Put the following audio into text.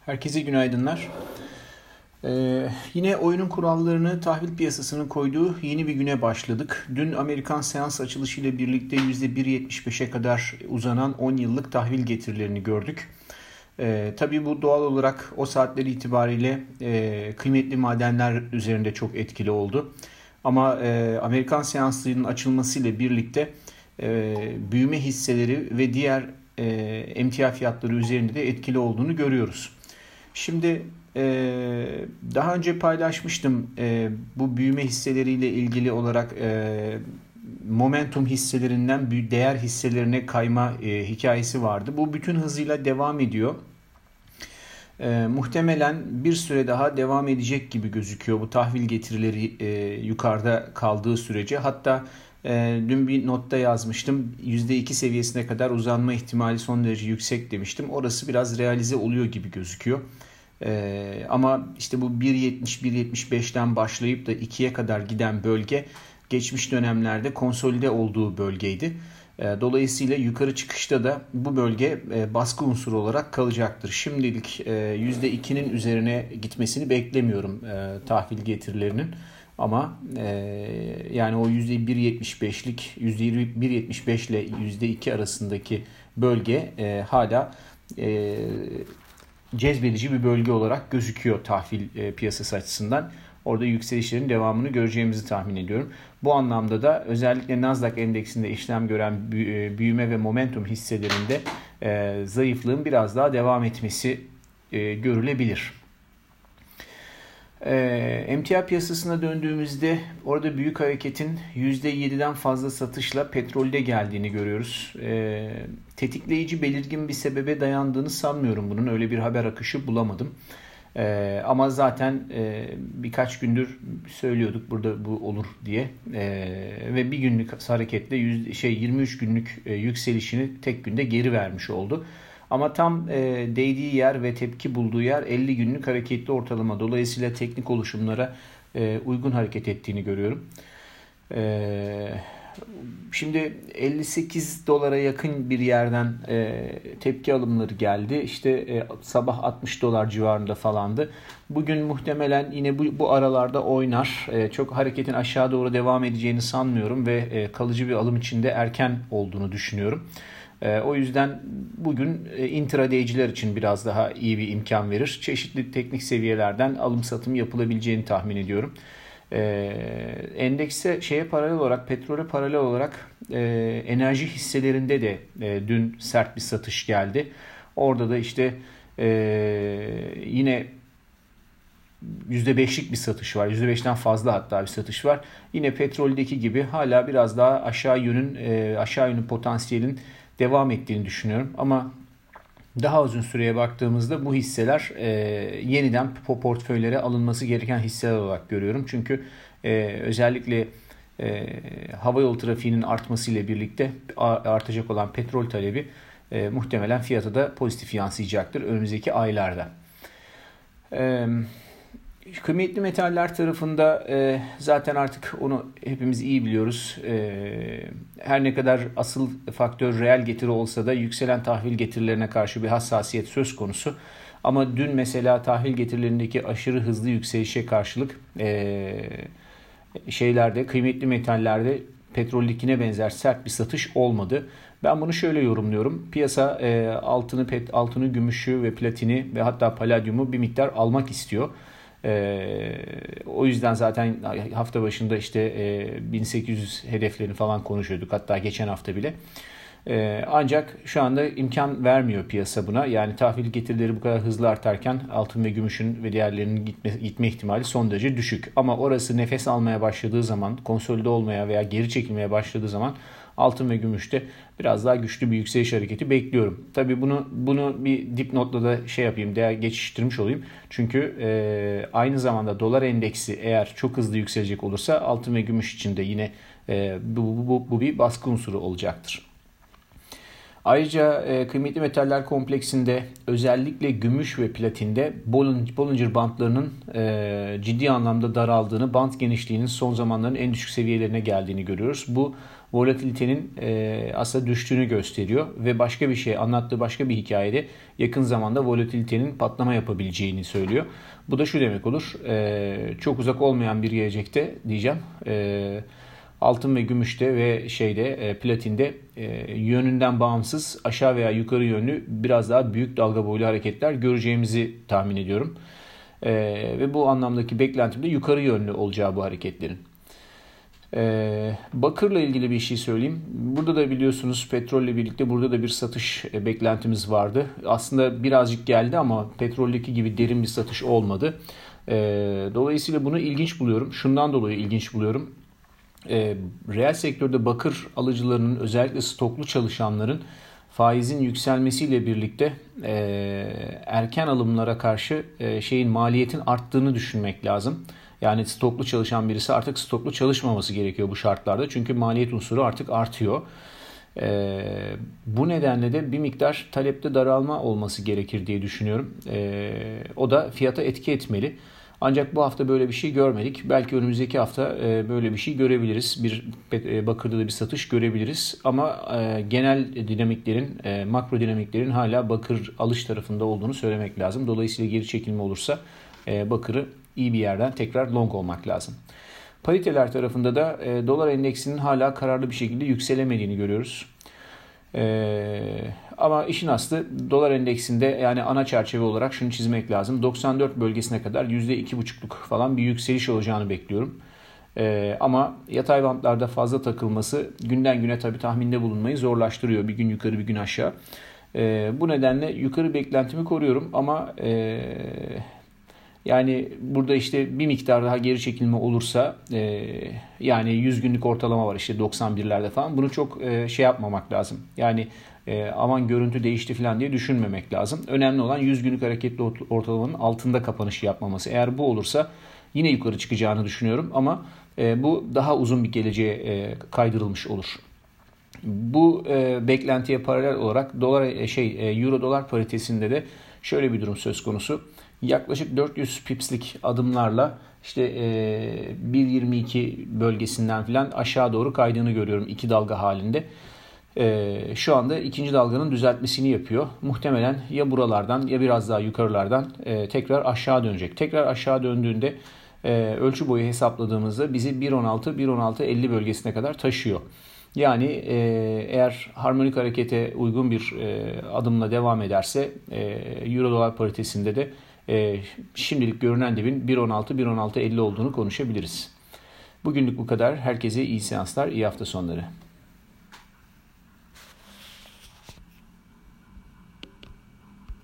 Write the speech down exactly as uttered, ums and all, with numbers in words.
Herkese günaydınlar. Ee, yine oyunun kurallarını tahvil piyasasının koyduğu yeni bir güne başladık. Dün Amerikan seans açılışı ile birlikte yüzde bir virgül yetmiş beşe kadar uzanan on yıllık tahvil getirilerini gördük. Ee, tabii bu doğal olarak o saatleri itibariyle e, kıymetli madenler üzerinde çok etkili oldu. Ama e, Amerikan seanslarının açılmasıyla birlikte e, büyüme hisseleri ve diğer e, emtia fiyatları üzerinde de etkili olduğunu görüyoruz. Şimdi e, daha önce paylaşmıştım e, bu büyüme hisseleriyle ilgili olarak e, momentum hisselerinden değer hisselerine kayma e, hikayesi vardı. Bu bütün hızıyla devam ediyor. E, muhtemelen bir süre daha devam edecek gibi gözüküyor bu tahvil getirileri e, yukarıda kaldığı sürece. Hatta e, dün bir notta yazmıştım, yüzde iki seviyesine kadar uzanma ihtimali son derece yüksek demiştim. Orası biraz realize oluyor gibi gözüküyor. Ee, ama işte bu bir virgül yetmiş bir virgül yetmiş beşten başlayıp da ikiye kadar giden bölge geçmiş dönemlerde konsolide olduğu bölgeydi. Ee, dolayısıyla yukarı çıkışta da bu bölge e, baskı unsuru olarak kalacaktır. Şimdilik e, yüzde ikinin üzerine gitmesini beklemiyorum e, tahvil getirilerinin. Ama e, yani o yüzde bir virgül yetmiş beşlik yüzde bir virgül yetmiş beş ile yüzde iki arasındaki bölge e, hala e, cezbedici bir bölge olarak gözüküyor tahvil e, piyasası açısından. Orada yükselişlerin devamını göreceğimizi tahmin ediyorum. Bu anlamda da özellikle Nasdaq endeksinde işlem gören büyüme ve momentum hisselerinde e, zayıflığın biraz daha devam etmesi e, görülebilir. E, emtia piyasasına döndüğümüzde orada büyük hareketin yüzde yediden fazla satışla petrolde geldiğini görüyoruz. E, tetikleyici belirgin bir sebebe dayandığını sanmıyorum bunun. Öyle bir haber akışı bulamadım. E, ama zaten e, birkaç gündür söylüyorduk burada bu olur diye. E, ve bir günlük hareketle yüz, şey yirmi üç günlük e, yükselişini tek günde geri vermiş oldu. Ama tam e, değdiği yer ve tepki bulduğu yer elli günlük hareketli ortalama. Dolayısıyla teknik oluşumlara e, uygun hareket ettiğini görüyorum. E, şimdi elli sekiz dolara yakın bir yerden e, tepki alımları geldi. İşte e, sabah altmış dolar civarında falandı. Bugün muhtemelen yine bu, bu aralarda oynar. E, çok hareketin aşağı doğru devam edeceğini sanmıyorum ve e, kalıcı bir alım içinde erken olduğunu düşünüyorum. O yüzden bugün intraday'ciler için biraz daha iyi bir imkan verir. Çeşitli teknik seviyelerden alım satım yapılabileceğini tahmin ediyorum. Endekse şeye paralel olarak, petrole paralel olarak enerji hisselerinde de dün sert bir satış geldi. Orada da işte yine yüzde beşlik bir satış var. yüzde beşten fazla hatta bir satış var. Yine petroldeki gibi hala biraz daha aşağı yönün aşağı yönün potansiyelin devam ettiğini düşünüyorum. Ama daha uzun süreye baktığımızda bu hisseler e, yeniden portföylere alınması gereken hisseler olarak görüyorum. Çünkü e, özellikle e, havayolu trafiğinin artmasıyla birlikte artacak olan petrol talebi e, muhtemelen fiyata da pozitif yansıyacaktır önümüzdeki aylarda. Evet. Kıymetli metaller tarafında e, zaten artık onu hepimiz iyi biliyoruz. E, her ne kadar asıl faktör reel getiri olsa da yükselen tahvil getirilerine karşı bir hassasiyet söz konusu. Ama dün mesela tahvil getirilerindeki aşırı hızlı yükselişe karşılık e, şeylerde, kıymetli metallerde petroldekine benzer sert bir satış olmadı. Ben bunu şöyle yorumluyorum. Piyasa e, altını, pet, altını, gümüşü ve platini ve hatta paladyumu bir miktar almak istiyor. Ee, o yüzden zaten hafta başında işte e, bin sekiz yüz hedeflerini falan konuşuyorduk, hatta geçen hafta bile. Ee, ancak şu anda imkan vermiyor piyasa buna. Yani tahvil getirileri bu kadar hızlı artarken altın ve gümüşün ve diğerlerinin gitme, gitme ihtimali son derece düşük. Ama orası nefes almaya başladığı zaman, konsolide olmaya veya geri çekilmeye başladığı zaman altın ve gümüşte biraz daha güçlü bir yükseliş hareketi bekliyorum. Tabii bunu bunu bir dipnotla da şey yapayım, değer geçiştirmiş olayım. Çünkü e, aynı zamanda dolar endeksi eğer çok hızlı yükselecek olursa altın ve gümüş için de yine e, bu, bu, bu bir baskı unsuru olacaktır. Ayrıca e, kıymetli metaller kompleksinde özellikle gümüş ve platinde Bollinger Bandlarının e, ciddi anlamda daraldığını, bant genişliğinin son zamanların en düşük seviyelerine geldiğini görüyoruz. Bu volatilitenin e, aslında düştüğünü gösteriyor ve başka bir şey anlattığı başka bir hikayede yakın zamanda volatilitenin patlama yapabileceğini söylüyor. Bu da şu demek olur, e, çok uzak olmayan bir gelecekte diyeceğim, e, altın ve gümüşte ve şeyde e, platinde e, yönünden bağımsız aşağı veya yukarı yönlü biraz daha büyük dalga boylu hareketler göreceğimizi tahmin ediyorum. E, ve bu anlamdaki beklentim de yukarı yönlü olacağı bu hareketlerin. E, bakırla ilgili bir şey söyleyeyim. Burada da biliyorsunuz petrolle birlikte burada da bir satış e, beklentimiz vardı. Aslında birazcık geldi ama petroldeki gibi derin bir satış olmadı. E, dolayısıyla bunu ilginç buluyorum. Şundan dolayı ilginç buluyorum. E, reel sektörde bakır alıcılarının, özellikle stoklu çalışanların faizin yükselmesiyle birlikte e, erken alımlara karşı e, şeyin maliyetin arttığını düşünmek lazım. Yani stoklu çalışan birisi artık stoklu çalışmaması gerekiyor bu şartlarda. Çünkü maliyet unsuru artık artıyor. E, bu nedenle de bir miktar talepte daralma olması gerekir diye düşünüyorum. E, o da fiyata etki etmeli. Ancak bu hafta böyle bir şey görmedik. Belki önümüzdeki hafta böyle bir şey görebiliriz. Bir bakırda da bir satış görebiliriz. Ama genel dinamiklerin, makro dinamiklerin hala bakır alış tarafında olduğunu söylemek lazım. Dolayısıyla geri çekilme olursa bakırı iyi bir yerden tekrar long olmak lazım. Pariteler tarafında da dolar endeksinin hala kararlı bir şekilde yükselemediğini görüyoruz. Ee, ama işin aslı dolar endeksinde, yani ana çerçeve olarak şunu çizmek lazım. doksan dört bölgesine kadar yüzde iki buçukluk falan bir yükseliş olacağını bekliyorum. Ee, ama yatay bantlarda fazla takılması günden güne tabii tahminde bulunmayı zorlaştırıyor. Bir gün yukarı bir gün aşağı. Ee, bu nedenle yukarı beklentimi koruyorum ama e, yani burada işte bir miktar daha geri çekilme olursa e, yani yüz günlük ortalama var işte doksan birlerde falan, bunu çok e, şey yapmamak lazım. Yani e, aman görüntü değişti falan diye düşünmemek lazım. Önemli olan yüz günlük hareketli ortalamanın altında kapanışı yapmaması. Eğer bu olursa yine yukarı çıkacağını düşünüyorum ama e, bu daha uzun bir geleceğe e, kaydırılmış olur. Bu e, beklentiye paralel olarak dolar e, şey e, euro dolar paritesinde de şöyle bir durum söz konusu. Yaklaşık dört yüz pipslik adımlarla işte e, bir yirmi iki bölgesinden falan aşağı doğru kaydığını görüyorum iki dalga halinde. E, şu anda ikinci dalganın düzeltmesini yapıyor. Muhtemelen ya buralardan ya biraz daha yukarılardan e, tekrar aşağı dönecek. Tekrar aşağı döndüğünde e, ölçü boyu hesapladığımızda bizi bir on altı bir on altı elli bölgesine kadar taşıyor. Yani e, eğer harmonik harekete uygun bir e, adımla devam ederse e, euro dolar paritesinde de e, şimdilik görünen dibin bir on altı bir on altı elli olduğunu konuşabiliriz. Bugünlük bu kadar. Herkese iyi seanslar, iyi hafta sonları.